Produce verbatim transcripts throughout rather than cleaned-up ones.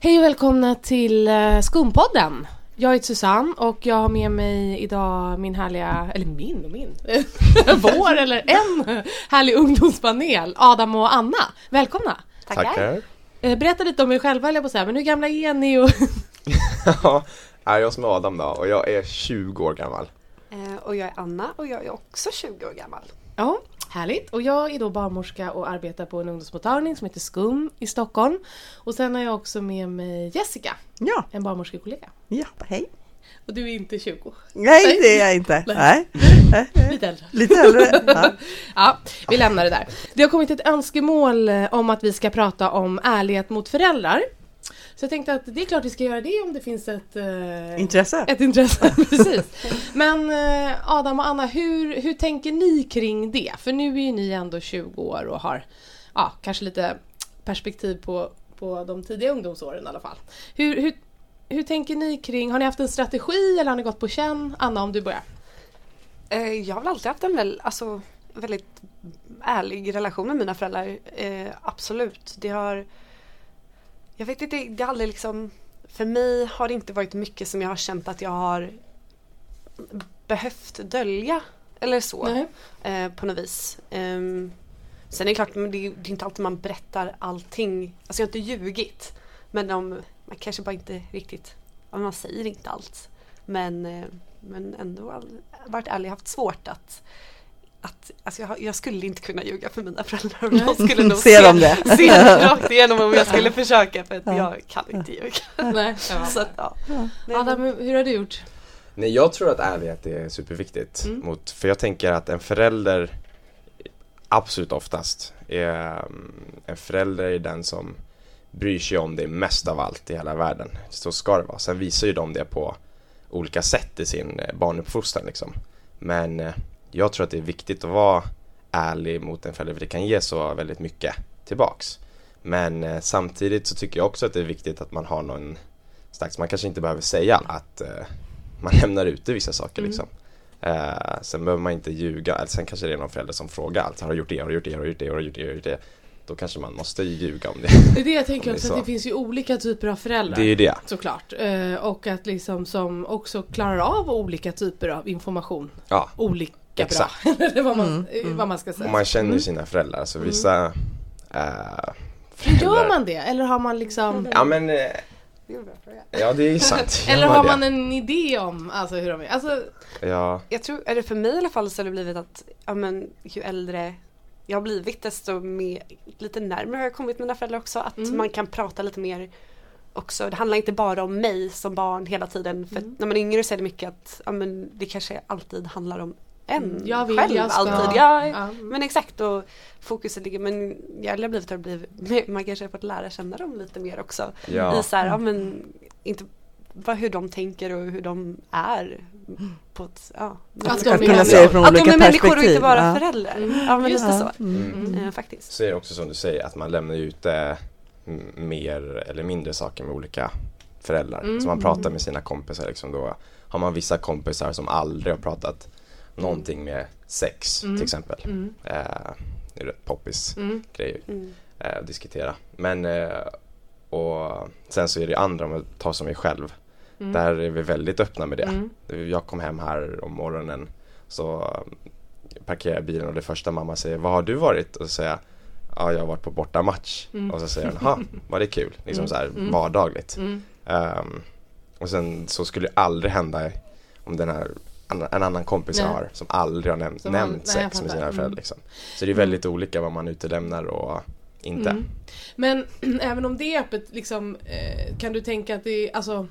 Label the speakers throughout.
Speaker 1: Hej och välkomna till Skumpodden. Jag heter Susanne och jag har med mig idag min härliga, eller min och min, vår eller en härlig ungdomspanel, Adam och Anna. Välkomna.
Speaker 2: Tackar. Tackar.
Speaker 1: Berätta lite om er själva, eller på så här, men hur gamla är ni? Och
Speaker 2: ja, jag som är Adam då och jag är tjugo år gammal.
Speaker 3: Eh, och jag är Anna och jag är också tjugo år gammal.
Speaker 1: Ja, härligt. Och jag är då barnmorska och arbetar på en ungdomsmottagning som heter Skum i Stockholm. Och sen har jag också med mig Jessica,
Speaker 4: ja.
Speaker 1: En barnmorskekollega.
Speaker 4: Ja, hej.
Speaker 1: Och du är inte tjugo?
Speaker 4: Nej, Nej. det är jag inte. Nej.
Speaker 1: Nej. Lite äldre.
Speaker 4: Lite äldre, ja.
Speaker 1: Ja, vi lämnar det där. Det har kommit ett önskemål om att vi ska prata om ärlighet mot föräldrar. Så jag tänkte att det är klart vi ska göra det om det finns ett eh,
Speaker 4: intresse.
Speaker 1: Ett intresse, precis. Men eh, Adam och Anna, hur, hur tänker ni kring det? För nu är ju ni ändå tjugo år och har ja, kanske lite perspektiv på, på de tidiga ungdomsåren i alla fall. Hur, hur, hur tänker ni kring, har ni haft en strategi eller har ni gått på känn? Anna, om du börjar.
Speaker 3: Eh, jag har väl alltid haft en väl, alltså, väldigt ärlig relation med mina föräldrar. Eh, absolut. Det har... Jag vet inte, det har aldrig liksom, för mig har det inte varit mycket som jag har känt att jag har behövt dölja eller så eh, på något vis. Um, sen är det klart, men det, det är inte alltid man berättar allting. Alltså jag har inte ljugit, men om, man kanske bara inte riktigt, man säger inte allt. Men, eh, men ändå all, varit ärlig, haft svårt att Att, alltså jag, jag skulle inte kunna ljuga för mina föräldrar. De skulle nog
Speaker 4: se, de det.
Speaker 3: se det rakt igenom om jag skulle försöka. För att ja. jag kan inte ljuga.
Speaker 1: Nej,
Speaker 3: så att, ja.
Speaker 1: Ja. Adam, hur har du gjort?
Speaker 2: Nej, jag tror att ärlighet är superviktigt. Mm. Mot, för jag tänker att en förälder absolut oftast är en förälder är den som bryr sig om det mest av allt i hela världen. Så ska det vara. Sen visar ju de det på olika sätt i sin barnuppfostran liksom. Men jag tror att det är viktigt att vara ärlig mot en förälder, för det kan ge så väldigt mycket tillbaks. Men eh, samtidigt så tycker jag också att det är viktigt att man har någon slags, man kanske inte behöver säga att eh, man lämnar ute vissa saker mm. liksom. Eh, sen behöver man inte ljuga, eller sen kanske det är någon förälder som frågar allt. Har du gjort det, har du gjort det, har du gjort det, har du gjort det, har du gjort det? Då kanske man måste ljuga om det.
Speaker 1: Det är det jag tänker också, att det finns ju olika typer av föräldrar.
Speaker 2: Det är ju det.
Speaker 1: Såklart. Eh, och att liksom som också klarar av olika typer av information.
Speaker 2: Ja.
Speaker 1: Olika.
Speaker 2: Exakt.
Speaker 1: Bra. Eller vad man,
Speaker 3: mm.
Speaker 1: vad man ska säga.
Speaker 2: Och man känner ju
Speaker 1: mm.
Speaker 2: sina föräldrar. Så vissa
Speaker 1: mm.
Speaker 2: äh,
Speaker 1: föräldrar... Gör man det? Eller har man liksom...
Speaker 2: Ja, men... Äh, ja, det är ju sant.
Speaker 1: Eller har man en idé om alltså, hur de är? Alltså...
Speaker 2: Ja.
Speaker 3: Jag tror, är det för mig i alla fall, så har det blivit att ja, men, ju äldre jag har blivit, desto mer, lite närmare har jag kommit mina föräldrar också. Att mm. man kan prata lite mer också. Det handlar inte bara om mig som barn hela tiden. För mm. när man är yngre så är det mycket att ja, men, det kanske alltid handlar om en
Speaker 1: jag vill,
Speaker 3: själv
Speaker 1: jag ska.
Speaker 3: alltid. Ja,
Speaker 1: ja.
Speaker 3: Men exakt, och fokuset ligger, men jag har blivit, har blivit, man kanske har fått lära känna dem lite mer också.
Speaker 2: Ja.
Speaker 3: I så här, ja, men inte vad, hur de tänker och hur de är på ett, ja.
Speaker 1: Att
Speaker 4: de är, se från
Speaker 3: att
Speaker 4: olika
Speaker 3: de är människor och inte bara
Speaker 4: ja.
Speaker 3: föräldrar. Mm. Ja, men
Speaker 1: just
Speaker 3: lite
Speaker 1: det.
Speaker 3: så.
Speaker 4: Mm.
Speaker 3: Mm. Mm. Faktiskt.
Speaker 2: Så är det också som du säger, att man lämnar ut äh, mer eller mindre saker med olika föräldrar. Mm. Så man pratar med sina kompisar liksom, då har man vissa kompisar som aldrig har pratat någonting med sex mm. till exempel. Mm. Eh, det är rätt poppis mm. grejer mm. eh, att diskutera. Men eh, och sen så är det andra, om jag tar som mig själv. Mm. Där är vi väldigt öppna med det. Mm. Jag kom hem här om morgonen, så parkerar jag bilen och det första mamma säger, vad har du varit? Och så säger jag, ja, jag har varit på bortamatch. Mm. Och så säger hon, ha, var det kul? Liksom mm. så här mm. vardagligt. Mm. Um, och sen så skulle det aldrig hända om den här en annan kompis jag har som aldrig har nämnt, nämnt han, sex nej, med sina föräldrar. Mm. Liksom. Så det är väldigt mm. olika vad man utelämnar och inte. Mm.
Speaker 1: Men även om det är öppet, liksom, eh, kan du tänka att det är alltså,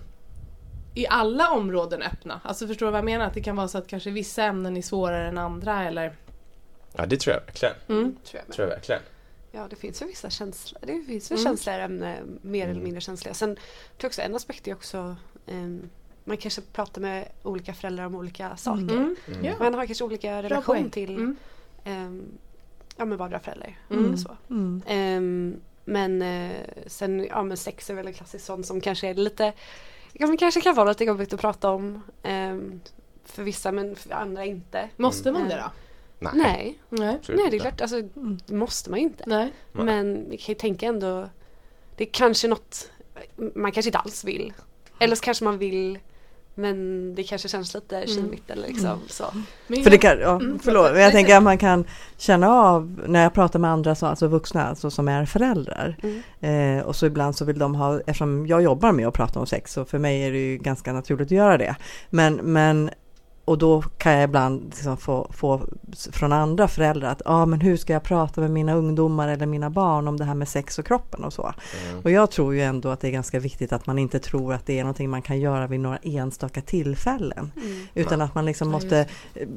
Speaker 1: i alla områden öppna? Alltså förstår du vad jag menar? Att det kan vara så att kanske vissa ämnen är svårare än andra, eller?
Speaker 2: Ja, det tror jag verkligen.
Speaker 1: Mm.
Speaker 3: Tror jag,
Speaker 2: tror jag verkligen.
Speaker 3: Ja, det finns ju vissa känslor. Det finns väl
Speaker 1: mm.
Speaker 3: känsligare ämnen, mer mm. eller mindre känsliga. Sen tror jag också en aspekt är också um, man kanske pratar med olika föräldrar om olika saker.
Speaker 1: Mm. Mm.
Speaker 3: Yeah. Man har kanske olika relation till mm. um, ja, med vardera föräldrar. Mm. Så. Mm. Um, men uh, sen, ja, men sex är väl en klassisk sån som kanske är lite, ja, kanske kan vara lite jobbigt att prata om um, för vissa, men för andra inte.
Speaker 1: Måste man det då?
Speaker 2: Nej.
Speaker 3: Nej,
Speaker 1: Nej.
Speaker 3: Nej det är klart, alltså, det måste man ju inte.
Speaker 1: Nej.
Speaker 3: Men vi kan ju tänka ändå, det är kanske något man kanske inte alls vill. Eller så kanske man vill, men det kanske känns lite kymigt eller liksom mm. så.
Speaker 4: För det kan, ja, förlåt, jag tänker att man kan känna av när jag pratar med andra så, alltså vuxna alltså, som är föräldrar mm. eh, och så ibland så vill de ha, eftersom jag jobbar med att prata om sex så för mig är det ju ganska naturligt att göra det. Men, men och då kan jag ibland liksom få, få från andra föräldrar att ah, men hur ska jag prata med mina ungdomar eller mina barn om det här med sex och kroppen och så. Mm. Och jag tror ju ändå att det är ganska viktigt att man inte tror att det är någonting man kan göra vid några enstaka tillfällen. Mm. Utan att man liksom måste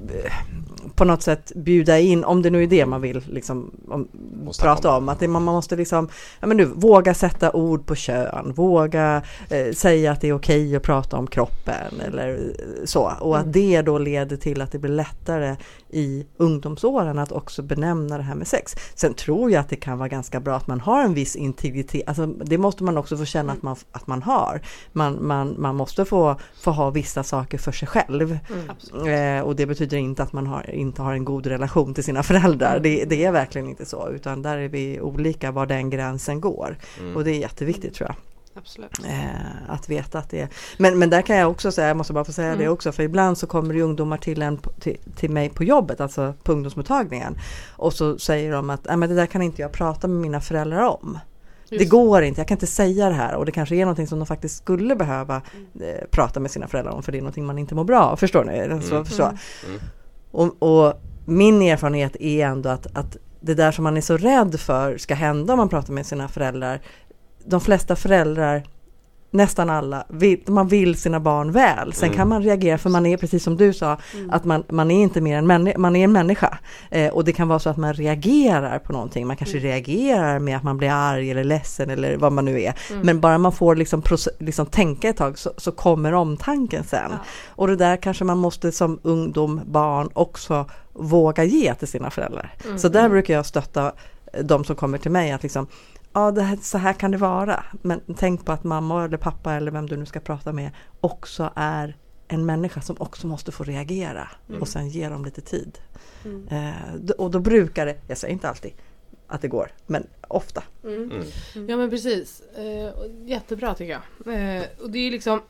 Speaker 4: på något sätt bjuda in, om det nu är det man vill liksom, om, prata om. Att det, man, man måste liksom, ja, men nu, våga sätta ord på kön, våga eh, säga att det är okej att prata om kroppen eller så. Och att det då leder till att det blir lättare i ungdomsåren att också benämna det här med sex. Sen tror jag att det kan vara ganska bra att man har en viss integritet. Alltså, det måste man också få känna att man, att man har. Man, man, man måste få, få ha vissa saker för sig själv. Mm. Eh, och det betyder inte att man har, inte har en god relation till sina föräldrar. Mm. Det, det är verkligen inte så. Utan där är vi olika var den gränsen går. Mm. Och det är jätteviktigt tror jag.
Speaker 3: Absolut.
Speaker 4: Eh, att veta att det är. Men, men där kan jag också säga, jag måste bara få säga mm. det också, för ibland så kommer det ungdomar till, en, till, till mig på jobbet, alltså på ungdomsmottagningen, och så säger de att men det där kan inte jag prata med mina föräldrar om. Just. Det går inte, jag kan inte säga det här, och det kanske är någonting som de faktiskt skulle behöva eh, prata med sina föräldrar om, för det är någonting man inte mår bra av, förstår ni? Mm. Så, förstå. Mm. Och, och min erfarenhet är ändå att, att det där som man är så rädd för ska hända om man pratar med sina föräldrar, de flesta föräldrar, nästan alla, vill, man vill sina barn väl. Sen mm. kan man reagera, för man är precis som du sa, mm. att man, man är inte mer en människa, man är en människa. Eh, och det kan vara så att man reagerar på någonting. Man kanske mm. reagerar med att man blir arg eller ledsen eller vad man nu är. Mm. Men bara man får liksom, liksom tänka ett tag så, så kommer omtanken sen. Ja. Och det där kanske man måste som ungdom, barn också våga ge till sina föräldrar. Mm. Så där brukar jag stötta de som kommer till mig att liksom, ja, det här, så här kan det vara. Men tänk på att mamma eller pappa eller vem du nu ska prata med också är en människa som också måste få reagera. Mm. Och sen ge dem lite tid. Mm. Eh, och då brukar det, jag säger inte alltid att det går, men ofta.
Speaker 1: Mm. Mm. Mm. Ja, men precis. Eh, jättebra tycker jag. Eh, och det är ju liksom...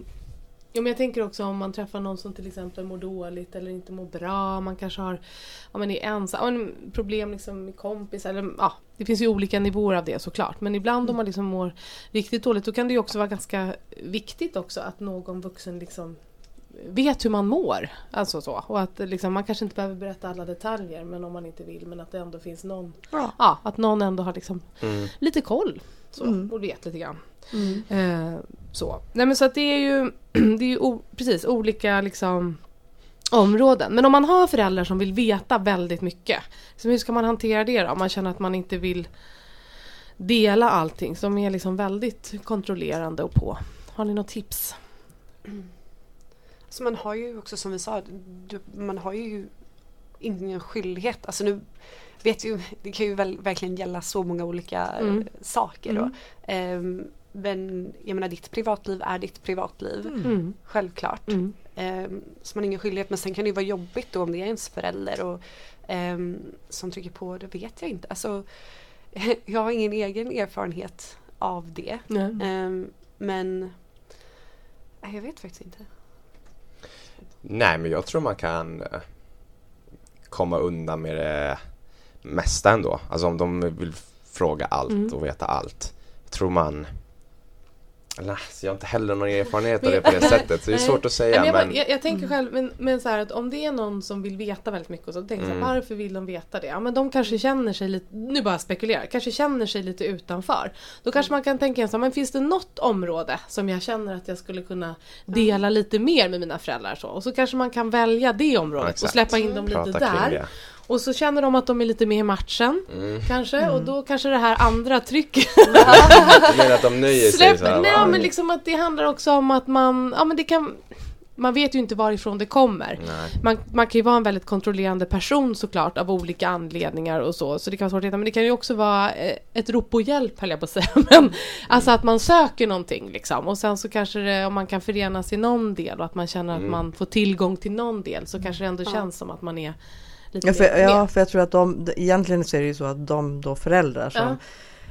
Speaker 1: Ja, men jag tänker också om man träffar någon som till exempel mår dåligt eller inte mår bra. Man kanske har, om man är ensam, ja, problem liksom med kompis. Eller, ja, det finns ju olika nivåer av det såklart. Men ibland om man liksom mår riktigt dåligt, då kan det ju också vara ganska viktigt också att någon vuxen liksom vet hur man mår. Alltså så. Och att liksom, man kanske inte behöver berätta alla detaljer, men om man inte vill. Men att det ändå finns någon, ja, ja att någon ändå har liksom mm. lite koll. Så, mm. och vet lite grann. Mm. Eh, så. Nej, men så att det är ju, det är ju o, precis olika liksom områden. Men om man har föräldrar som vill veta väldigt mycket, så hur ska man hantera det då? Om man känner att man inte vill dela allting, som är liksom väldigt kontrollerande och på. Har ni något tips?
Speaker 3: Mm. Så man har ju också, som vi sa, man har ju ingen skyldighet. Alltså nu vet ju, det kan ju väl, verkligen gälla så många olika mm. saker då. Mm. Um, men jag menar, ditt privatliv är ditt privatliv. Mm. Självklart. Mm. Um, så man har ingen skyldighet. Men sen kan det ju vara jobbigt då om det är ens förälder och, um, som trycker på, det vet jag inte. Alltså, jag har ingen egen erfarenhet av det. Mm. Um, men jag vet faktiskt inte.
Speaker 2: Nej, men jag tror man kan komma undan med det mesta ändå. Alltså om de vill fråga allt mm. och veta allt. Jag tror man... Eller, jag har inte heller någon erfarenhet av det på det sättet. Så det är svårt att säga.
Speaker 1: Men jag,
Speaker 2: men...
Speaker 1: Bara, jag, jag tänker själv, men, men så här att om det är någon som vill veta väldigt mycket, och så tänker mm. jag, varför vill de veta det? Ja, men de kanske känner sig lite, nu bara spekulerar, kanske känner sig lite utanför. Då kanske man kan tänka så här, men finns det något område som jag känner att jag skulle kunna dela mm. lite mer med mina föräldrar så? Och så kanske man kan välja det området ja, och släppa in dem
Speaker 2: Prata
Speaker 1: lite där. Och så känner de att de är lite mer i matchen, mm. kanske. Mm. Och då kanske det här andra trycket...
Speaker 2: Du menar att de nöjer sig
Speaker 1: Släpp,
Speaker 2: så här,
Speaker 1: nej, men liksom att det handlar också om att man... Ja, men det kan... Man vet ju inte varifrån det kommer. Man, man kan ju vara en väldigt kontrollerande person såklart, av olika anledningar och så. Så det kan vara svårt att veta. Men det kan ju också vara ett rop på hjälp, höll jag på att säga. Men, alltså att man söker någonting liksom. Och sen så kanske det, om man kan förenas i någon del och att man känner mm. att man får tillgång till någon del, så kanske det ändå mm. känns som att man är...
Speaker 4: Ja för, ja, för jag tror att de, egentligen så är det ju så att de då föräldrar som,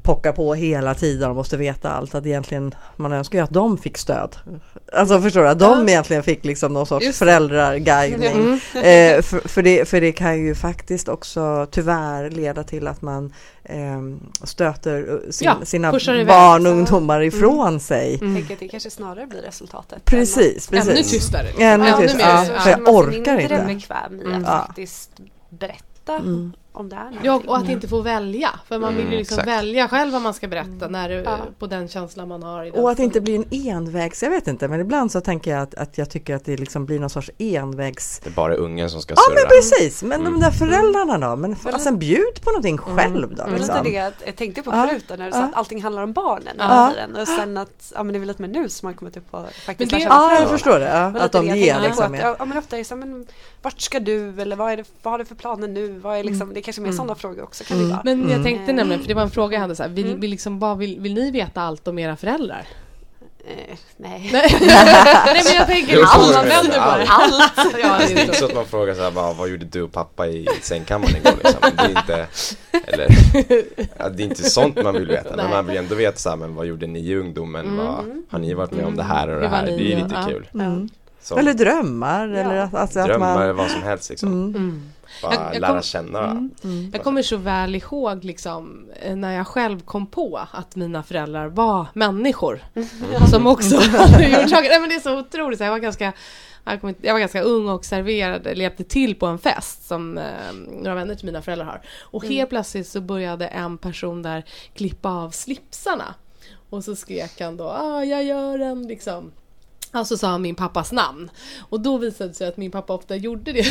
Speaker 4: pockar på hela tiden och måste veta allt, att egentligen man önskar ju att de fick stöd. Alltså förstår du, att de ja. egentligen fick liksom någon sorts föräldraguidning. Mm. Eh, för, för, det, för det kan ju faktiskt också tyvärr leda till att man eh, stöter sin,
Speaker 1: ja,
Speaker 4: sina barn och ungdomar ifrån
Speaker 3: mm.
Speaker 4: sig.
Speaker 3: Mm. Jag tänker att det kanske snarare blir resultatet.
Speaker 4: Precis, precis.
Speaker 1: Ännu tystare.
Speaker 4: Ännu tystare. Ja, ja. För jag orkar inte.
Speaker 3: Man är bekväm i mm. att faktiskt berätta mm. om det här.
Speaker 1: Ja, och att inte få välja. För man vill ju liksom mm, välja själv vad man ska berätta när det, ja. på den känslan man har. I den
Speaker 4: och att det inte blir en envägs, jag vet inte, men ibland så tänker jag att, att jag tycker att det liksom blir någon sorts envägs...
Speaker 2: Det är bara ungen som ska
Speaker 4: surra.
Speaker 2: surra.
Speaker 4: Ja, men precis. Men mm. de där föräldrarna då? Men alltså, bjud på någonting själv då.
Speaker 3: Mm.
Speaker 4: Liksom.
Speaker 3: Mm. Det är det jag tänkte på förut då, när du sa
Speaker 4: ja.
Speaker 3: att allting handlar om barnen.
Speaker 4: Ja.
Speaker 3: Ja. Och sen att, ja men det är väl lite med nu som har kommit upp på faktiskt.
Speaker 4: Men det, ja, jag förstår det. Ja. Att de ger liksom.
Speaker 3: Att, ja, men ofta är det så, men vart ska du? Eller vad, är det, vad har du för planer nu? Vad är liksom, mm. det är kanske mer mm. sådana frågor också kan mm. det vara.
Speaker 1: Men jag tänkte mm. nämligen, för det var en fråga jag hade så här, vill, vill, liksom, bara, vill, vill ni veta allt om era föräldrar?
Speaker 3: Eh, nej.
Speaker 1: Nej men jag tänker allt, man vänder på det.
Speaker 3: Allt.
Speaker 2: Ja, det är inte så att man frågar så här, vad, vad gjorde du och pappa i sängkammaren igår liksom. Det är inte, eller, ja, det är inte sånt man vill veta. Men man vill ändå veta så här, men vad gjorde ni i ungdomen? Mm. Vad, har ni varit med om det här och det här? Det är lite ja. kul.
Speaker 4: Mm. Så. Eller drömmar. Ja. Eller alltså
Speaker 2: drömmar,
Speaker 4: att man...
Speaker 2: vad som helst liksom. Mm. Mm. Bara jag, jag lära kom, känna. Mm,
Speaker 1: mm. Jag kommer så väl ihåg liksom, när jag själv kom på att mina föräldrar var människor. Mm. Som också hade gjort saker. Nej, men det är så otroligt. Jag var ganska, jag, kom, jag var ganska ung och serverade, eller hjälpte till på en fest som eh, några vänner till mina föräldrar har. Och helt mm. plötsligt så började en person där klippa av slipsarna. Och så skrek han då, ah, jag gör en liksom... Och så sa han min pappas namn. Och då visade det sig att min pappa ofta gjorde det.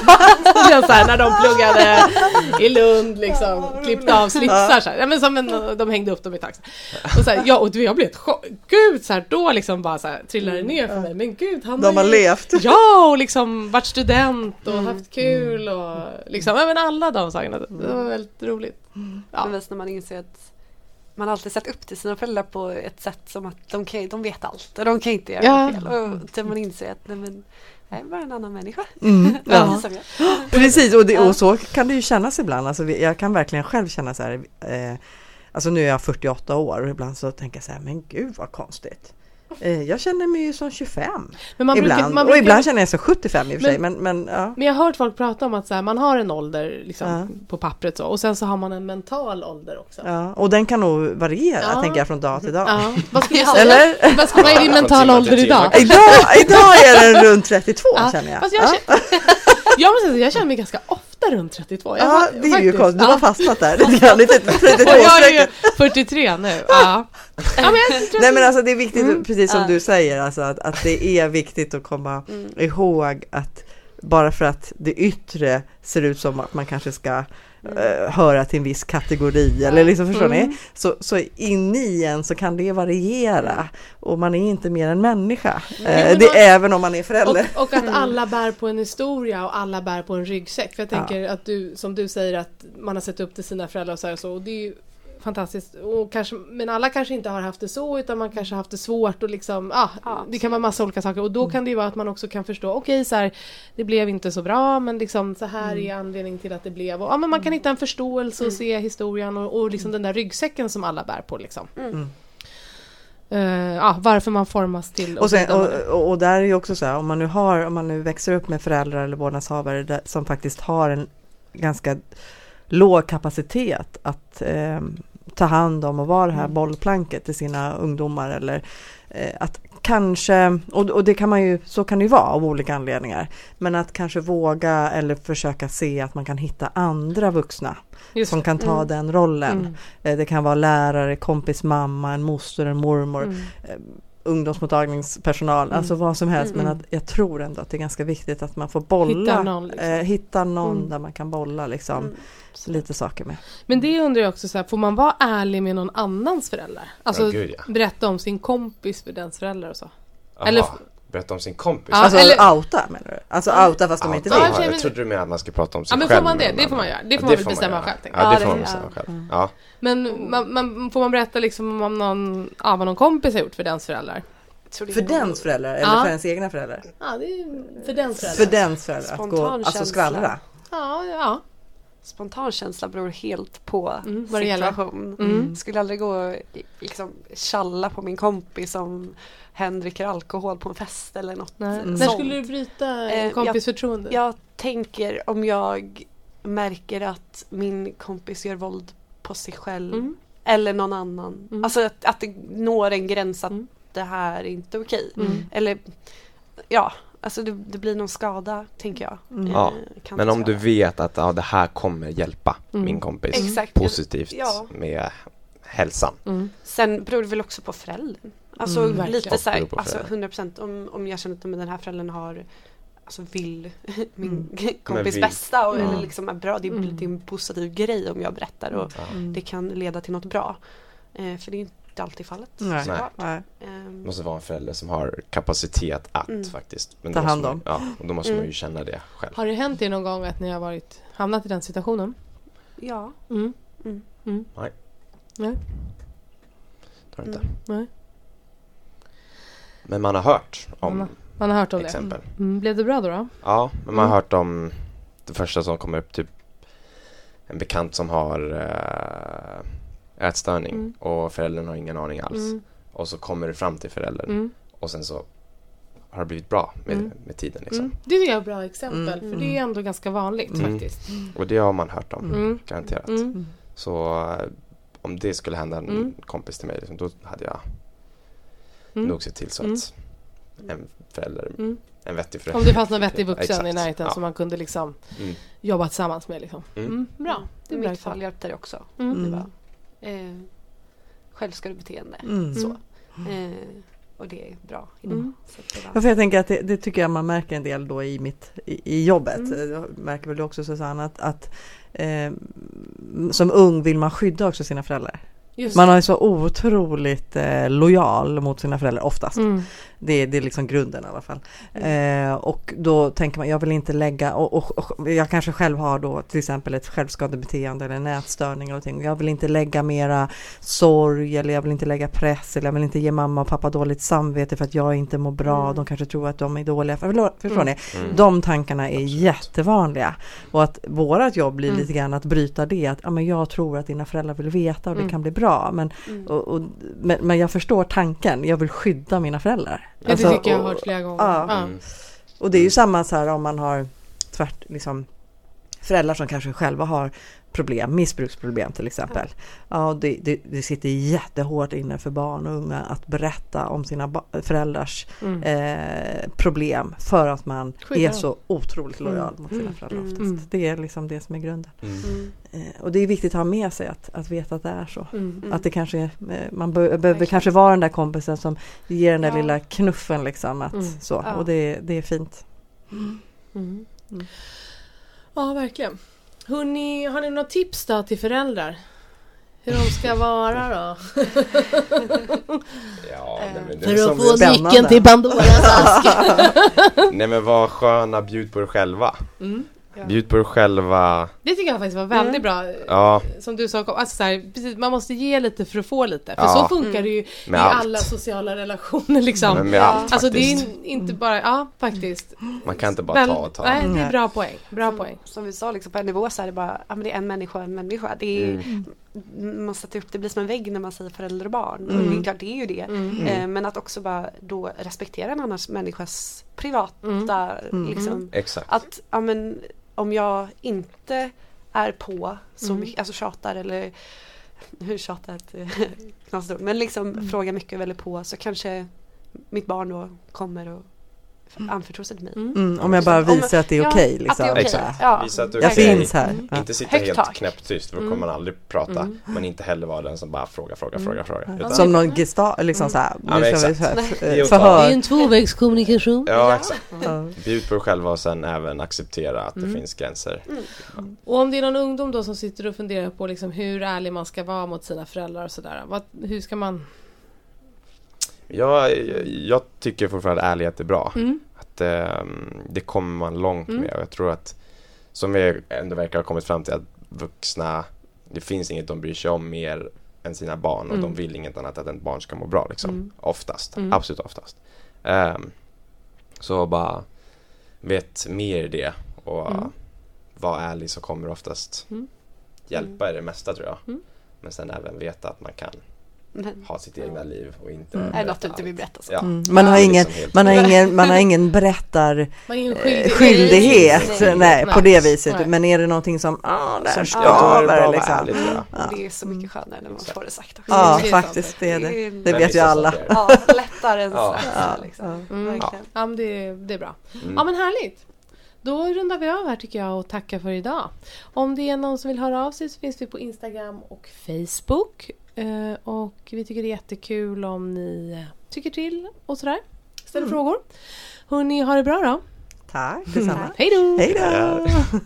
Speaker 1: Så här, när de pluggade i Lund liksom, klippte av slipsar så här. Ja, men som en, de hängde upp dem i taxi. Och så här, ja, och jag blev ett chock. Gud, så här, då liksom bara så här, trillade det ner för mig. Men gud, han
Speaker 4: de har ju, levt.
Speaker 1: Ja, och liksom varit student och mm. haft kul och liksom, ja, men alla de sakerna. Det var väldigt roligt.
Speaker 3: Ja. Men när man inser att man har alltid sett upp till sina föräldrar på ett sätt som att de, kan, de vet allt och de kan inte göra ja. fel. Och till man inser att nej, men, jag är bara en annan människa. Mm. Ja.
Speaker 4: Precis, och, det, och så kan det ju kännas ibland. Alltså, jag kan verkligen själv känna så här, eh, alltså nu är jag fyrtioåtta år och ibland så tänker jag så här, men gud vad konstigt. Jag känner mig ju som tjugofem men man ibland. Brukar, man brukar, och ibland känner jag som sjuttiofem i och för sig. Men, men, ja.
Speaker 1: men jag har hört folk prata om att så här, man har en ålder liksom, ja. på pappret så, och sen så har man en mental ålder också.
Speaker 4: Ja, och den kan nog variera, ja. tänker jag, från dag till dag.
Speaker 1: Ja. Vad ska jag Eller? Vad ska, vad är din mentala ålder idag?
Speaker 4: idag? Idag är den runt trettiotvå ja. känner jag.
Speaker 1: Fast jag, ja. känner, jag, måste säga, jag känner mig ganska ofta runt trettiotvå. Jag
Speaker 4: ja,
Speaker 1: var,
Speaker 4: det är faktiskt, ju konstigt. Du har fastnat där. Lite trettiotvå
Speaker 1: jag är ju fyrtiotre nu. Ja. Ja, men
Speaker 4: Nej men alltså det är viktigt, mm. precis som uh. du säger, alltså, att, att det är viktigt att komma mm. ihåg att bara för att det yttre ser ut som att man kanske ska mm. uh, höra till en viss kategori ja. eller liksom, förstår mm. ni? Så, så in i en så kan det variera och man är inte mer än människa. Mm. Uh, det är även om man är förälder.
Speaker 1: Och, och att alla bär på en historia och alla bär på en ryggsäck. För jag tänker ja. att du, som du säger, att man har sett upp till sina föräldrar och så här och så, och det är ju fantastiskt. Och kanske, men alla kanske inte har haft det så, utan man kanske har haft det svårt och liksom, ah, ja, det kan vara massa olika saker. Och då kan det ju vara att man också kan förstå, okej okay, så här, det blev inte så bra, men liksom så här mm. är anledningen till att det blev. Och, ja, men man kan hitta en förståelse och mm. se historien och, och liksom den där ryggsäcken som alla bär på liksom. Mm. Uh, ja, varför man formas till.
Speaker 4: Och, sen, och, och, och där är ju också så här, om man nu har, om man nu växer upp med föräldrar eller vårdnadshavare där, som faktiskt har en ganska låg kapacitet att eh, ta hand om och vara det här mm. bollplanket till sina ungdomar eller eh, att kanske, och, och det kan man ju, så kan det ju vara av olika anledningar, men att kanske våga eller försöka se att man kan hitta andra vuxna Just som kan ta mm. den rollen. Mm. Eh, det kan vara lärare, kompis mamma, en moster, en mormor, mm. eh, ungdomsmottagningspersonal, mm. alltså vad som helst, mm. men att jag tror ändå att det är ganska viktigt att man får bolla, hitta någon, liksom. eh, hitta någon mm. där man kan bolla liksom mm. lite saker med.
Speaker 1: Men det undrar jag också så här, får man vara ärlig med någon annans föräldrar? Alltså
Speaker 2: oh, Gud, ja.
Speaker 1: berätta om sin kompis för dens föräldrar och så.
Speaker 2: Aha. Eller berätta om sin kompis.
Speaker 4: Ja, alltså eller outa menar du? Alltså outa fast de inte vill.
Speaker 2: Ja, jag trodde du menade att man ska prata om sig
Speaker 1: ja, men
Speaker 2: själv.
Speaker 1: Får man det? Det får man göra. Det får man väl bestämma själv.
Speaker 2: Ja, det får man bestämma själv.
Speaker 1: Mm. Ja. Men man, man, får man berätta liksom om någon, ja, vad någon kompis har gjort för dens föräldrar?
Speaker 4: För dens föräldrar eller ja. för ens egna föräldrar?
Speaker 1: Ja, det är för dens föräldrar.
Speaker 4: För dens föräldrar att gå, alltså skvallra.
Speaker 1: Ja, ja.
Speaker 3: spontan känsla beror helt på
Speaker 1: mm,
Speaker 3: situation. Mm. Skulle aldrig gå och liksom tjalla på min kompis som hen dricker alkohol på en fest eller något.
Speaker 1: Nej. När skulle du bryta en kompis
Speaker 3: jag,
Speaker 1: förtroende?
Speaker 3: Jag tänker om jag märker att min kompis gör våld på sig själv mm. eller någon annan. Mm. Alltså att, att det når en gräns att mm. det här är inte okej. Mm. Eller ja, alltså det, det blir någon skada, tänker jag.
Speaker 2: Mm. Ja. Eh, Men om du vet att ja, det här kommer hjälpa mm. min kompis
Speaker 3: Exakt.
Speaker 2: positivt ja. med hälsan.
Speaker 3: Mm. Sen beror det väl också på föräldern. Alltså mm, lite så här, alltså hundra procent om, om jag känner att den här föräldern har alltså vill min mm. kompis vi, bästa och, mm. eller liksom är bra, det är, mm. det är en positiv grej om jag berättar och mm. det kan leda till något bra. Eh, för det är inte alltid fallet.
Speaker 2: Nej. Nej. Det måste vara en förälder som har kapacitet att mm. faktiskt
Speaker 4: men ta hand om.
Speaker 2: Ja, och då måste
Speaker 3: mm.
Speaker 2: man ju känna det själv.
Speaker 1: Har det hänt er någon gång att ni har varit hamnat i den situationen?
Speaker 3: Ja.
Speaker 1: Mm. Mm. Mm.
Speaker 2: Nej.
Speaker 1: Nej.
Speaker 2: Tror inte.
Speaker 1: Mm. Nej.
Speaker 2: Men man har hört om
Speaker 1: man, man har hört om
Speaker 2: exempel.
Speaker 1: Det. Mm. Blev det bra då? då?
Speaker 2: Ja, men man har hört om det första som kommer upp, typ en bekant som har äh, ätstörning mm. och föräldern har ingen aning alls. Mm. Och så kommer det fram till föräldern mm. och sen så har det blivit bra med, mm. med tiden. Liksom.
Speaker 1: Mm. Det är ett bra exempel, mm. för det är ändå ganska vanligt
Speaker 2: mm.
Speaker 1: faktiskt.
Speaker 2: Mm. Och det har man hört om,
Speaker 1: mm.
Speaker 2: garanterat.
Speaker 1: Mm.
Speaker 2: Så äh, om det skulle hända en mm. kompis till mig, liksom, då hade jag mm. nog sett till så
Speaker 1: mm.
Speaker 2: att en förälder, mm. en vettig förälder.
Speaker 1: Om det fanns någon vettig vuxen
Speaker 2: Exakt.
Speaker 1: i närheten
Speaker 2: ja.
Speaker 1: som man kunde liksom
Speaker 2: mm.
Speaker 1: jobba tillsammans med. Liksom.
Speaker 2: Mm.
Speaker 1: Mm. Bra.
Speaker 3: Det är I mitt fall hjälpte det också.
Speaker 1: Mm.
Speaker 3: Det var eh, självskadebeteende.
Speaker 4: Mm.
Speaker 3: Så. Eh, och det är bra.
Speaker 1: Mm.
Speaker 3: Så det var...
Speaker 4: ja, för jag tänker att det, det tycker jag man märker en del då i, mitt, i, i jobbet. Mm. Jag märker väl också, Susanne, att, att eh, som ung vill man skydda också sina föräldrar.
Speaker 1: Just
Speaker 4: man är så otroligt eh, lojal mot sina föräldrar oftast.
Speaker 1: Mm.
Speaker 4: Det, det är liksom grunden i alla fall. Mm. Eh, och då tänker man, jag vill inte lägga, och, och, och jag kanske själv har då till exempel ett självskadebeteende eller nätstörning eller någonting. Jag vill inte lägga mera sorg eller jag vill inte lägga press eller jag vill inte ge mamma och pappa dåligt samvete för att jag inte mår bra. Mm. De kanske tror att de är dåliga. Förlåt, förstår
Speaker 1: mm.
Speaker 4: ni?
Speaker 2: Mm.
Speaker 4: De tankarna är
Speaker 2: Absolut.
Speaker 4: jättevanliga. Och att vårat jobb blir
Speaker 1: Mm.
Speaker 4: lite grann att bryta det. Att ja, men jag tror att dina föräldrar vill veta och det
Speaker 1: Mm.
Speaker 4: kan bli bra. Men,
Speaker 3: Mm.
Speaker 4: och, och, men, men jag förstår tanken. Jag vill skydda mina föräldrar.
Speaker 1: Ja, det tycker jag har hört flera gånger.
Speaker 4: Ja.
Speaker 1: Ja.
Speaker 2: Mm.
Speaker 4: Och det är ju samma så här om man har tvärt, liksom, föräldrar som kanske själva har problem, missbruksproblem till exempel. Ja, det, det, det sitter jättehårt inne för barn och unga att berätta om sina ba- föräldrars
Speaker 1: Mm.
Speaker 4: eh, problem för att man
Speaker 1: Skydda
Speaker 4: är så otroligt lojal
Speaker 1: Mm.
Speaker 4: mot sina
Speaker 3: Mm.
Speaker 4: föräldrar oftast.
Speaker 1: Mm.
Speaker 4: Det är liksom det som är grunden.
Speaker 2: Mm.
Speaker 3: Mm.
Speaker 4: Eh, och det är viktigt att ha med sig att, att veta att det är så.
Speaker 1: Mm.
Speaker 3: Mm.
Speaker 4: Att det kanske är, eh, man be- behöver kanske vara den där kompisen som ger den där
Speaker 3: Ja.
Speaker 4: lilla knuffen liksom. Att,
Speaker 1: Mm.
Speaker 4: så.
Speaker 3: Ja.
Speaker 4: Och det, det är fint.
Speaker 1: Mm. Mm.
Speaker 4: Mm.
Speaker 1: Ja, verkligen. Hörrni, har ni några tips då till föräldrar? Hur de ska vara då?
Speaker 2: Ja, nej, men det
Speaker 1: För
Speaker 2: är
Speaker 1: att
Speaker 2: som
Speaker 1: få
Speaker 2: vi-
Speaker 1: nyckeln till Pandoras ask.
Speaker 2: Nej, men var sköna, bjud på er själva.
Speaker 1: Mm.
Speaker 3: Ja.
Speaker 2: Bjud på er själva.
Speaker 1: Det tycker jag faktiskt var väldigt bra.
Speaker 2: Ja,
Speaker 1: Som du sa, alltså så här, precis, man måste ge lite för att få lite. För
Speaker 2: Ja.
Speaker 1: så funkar det ju i
Speaker 2: med allt.
Speaker 1: alla sociala relationer liksom.
Speaker 2: Men med
Speaker 3: Ja.
Speaker 2: allt
Speaker 1: Alltså det är
Speaker 2: faktiskt.
Speaker 1: in- inte bara, ja faktiskt.
Speaker 2: Man kan inte bara ta och ta.
Speaker 1: Nej, det är
Speaker 4: Nej.
Speaker 1: bra poäng. Bra
Speaker 3: som,
Speaker 1: poäng.
Speaker 3: som vi sa liksom, på en nivå så är det bara ja, men det är en människa och en människa. Det, är,
Speaker 2: Mm.
Speaker 3: man sätter upp, det blir som en vägg när man säger förälder och barn.
Speaker 4: Mm.
Speaker 3: Och det är klart, det är ju det.
Speaker 1: Mm.
Speaker 3: Eh, men att också bara då respektera en annans människas privata
Speaker 1: Mm.
Speaker 3: liksom.
Speaker 2: Exakt.
Speaker 3: Att ja, men, om jag inte är på så
Speaker 1: Mm.
Speaker 3: mycket, alltså tjatar eller hur tjatar ett knasigt ord, men liksom
Speaker 1: Mm.
Speaker 3: frågar mycket och väldigt på, så kanske mitt barn då kommer och anförtror sig till mig.
Speaker 1: Mm.
Speaker 4: Mm, om jag bara
Speaker 3: Om-
Speaker 4: visar att det är
Speaker 3: ja,
Speaker 4: okej.
Speaker 3: att
Speaker 4: liksom.
Speaker 3: det är okej.
Speaker 2: Exakt.
Speaker 3: Ja.
Speaker 2: Visa att du är
Speaker 4: Jag
Speaker 2: okej.
Speaker 4: finns här.
Speaker 1: Mm.
Speaker 4: Ja.
Speaker 2: Inte sitta
Speaker 3: Högt
Speaker 2: helt
Speaker 3: tak.
Speaker 2: knäpptyst, för då
Speaker 1: Mm.
Speaker 2: kommer man aldrig prata.
Speaker 1: Mm.
Speaker 2: Men inte heller vara den som bara frågar, frågar,
Speaker 1: Mm.
Speaker 2: frågar, frågar. Utan,
Speaker 4: Som någon gesta, liksom
Speaker 1: Mm.
Speaker 4: så här.
Speaker 2: Ja, men
Speaker 4: Nu ska vi
Speaker 2: exakt.
Speaker 4: så här,
Speaker 3: Nej.
Speaker 4: f-
Speaker 2: Det är
Speaker 4: eh,
Speaker 2: att
Speaker 4: förhör.
Speaker 1: Det är en tvåvägskommunikation.
Speaker 2: ja, exakt.
Speaker 4: Ja.
Speaker 2: Bjud på er själva och sen även acceptera att
Speaker 1: Mm.
Speaker 2: det finns gränser.
Speaker 3: Mm.
Speaker 1: Och om det är någon ungdom då som sitter och funderar på liksom hur ärlig man ska vara mot sina föräldrar och sådär. Vad, hur ska man...
Speaker 2: Jag, jag tycker fortfarande att ärlighet är bra.
Speaker 1: Mm.
Speaker 2: Att eh, det kommer man långt
Speaker 1: Mm.
Speaker 2: med. Och jag tror att, som vi ändå verkar ha kommit fram till, att vuxna, det finns inget de bryr sig om mer än sina barn. Och
Speaker 1: Mm.
Speaker 2: de vill inget annat än att ett barn ska må bra. Liksom.
Speaker 1: Mm.
Speaker 2: Oftast.
Speaker 1: Mm.
Speaker 2: Absolut oftast. Ehm, så bara vet mer i det. Och
Speaker 1: Mm.
Speaker 2: vara ärlig så kommer oftast
Speaker 1: Mm.
Speaker 2: hjälpa i det mesta tror jag.
Speaker 1: Mm.
Speaker 2: Men sen även veta att man kan
Speaker 3: Men,
Speaker 2: ha sitt egna liv och inte
Speaker 4: Mm.
Speaker 3: är det något
Speaker 2: berätta
Speaker 3: du inte vill
Speaker 2: allt.
Speaker 3: berätta så?
Speaker 2: Ja.
Speaker 4: Mm. Man, har
Speaker 2: Ja,
Speaker 4: ingen,
Speaker 2: liksom helt-
Speaker 4: man, har ingen, man har ingen berättar
Speaker 1: Man har ingen
Speaker 4: eh,
Speaker 1: skyldighet.
Speaker 4: skyldighet
Speaker 3: Nej.
Speaker 4: nej, på
Speaker 1: Nej.
Speaker 4: det viset.
Speaker 1: Nej.
Speaker 4: Men är det någonting som, ah, där
Speaker 2: Som- ja, då är det bra
Speaker 4: skaver
Speaker 2: att
Speaker 4: liksom.
Speaker 2: vara ärlig, tror jag.
Speaker 4: Ja.
Speaker 3: Det är så mycket skönare när man får det sagt också.
Speaker 4: Ja,
Speaker 1: Det är sant.
Speaker 4: faktiskt, det är det.
Speaker 3: är-
Speaker 4: Det
Speaker 2: Men
Speaker 4: vet ju
Speaker 2: vissa
Speaker 4: alla.
Speaker 2: saker-
Speaker 3: Ja, lättare än
Speaker 2: Ja.
Speaker 3: sagt.
Speaker 4: Ja,
Speaker 3: Liksom.
Speaker 4: ja.
Speaker 1: Mm.
Speaker 3: Verkligen.
Speaker 1: Ja, men det, det är bra.
Speaker 2: Mm.
Speaker 1: Ja, men härligt. Då rundar vi av här tycker jag och tackar för idag. Om det är någon som vill höra av sig så finns vi på Instagram och Facebook. Eh, och vi tycker det är jättekul om ni eh, tycker till och sådär. Ställer
Speaker 4: Mm.
Speaker 1: frågor. Hörrni, ha det bra då.
Speaker 4: Tack, detsamma.
Speaker 1: Hej då!
Speaker 4: Hej då!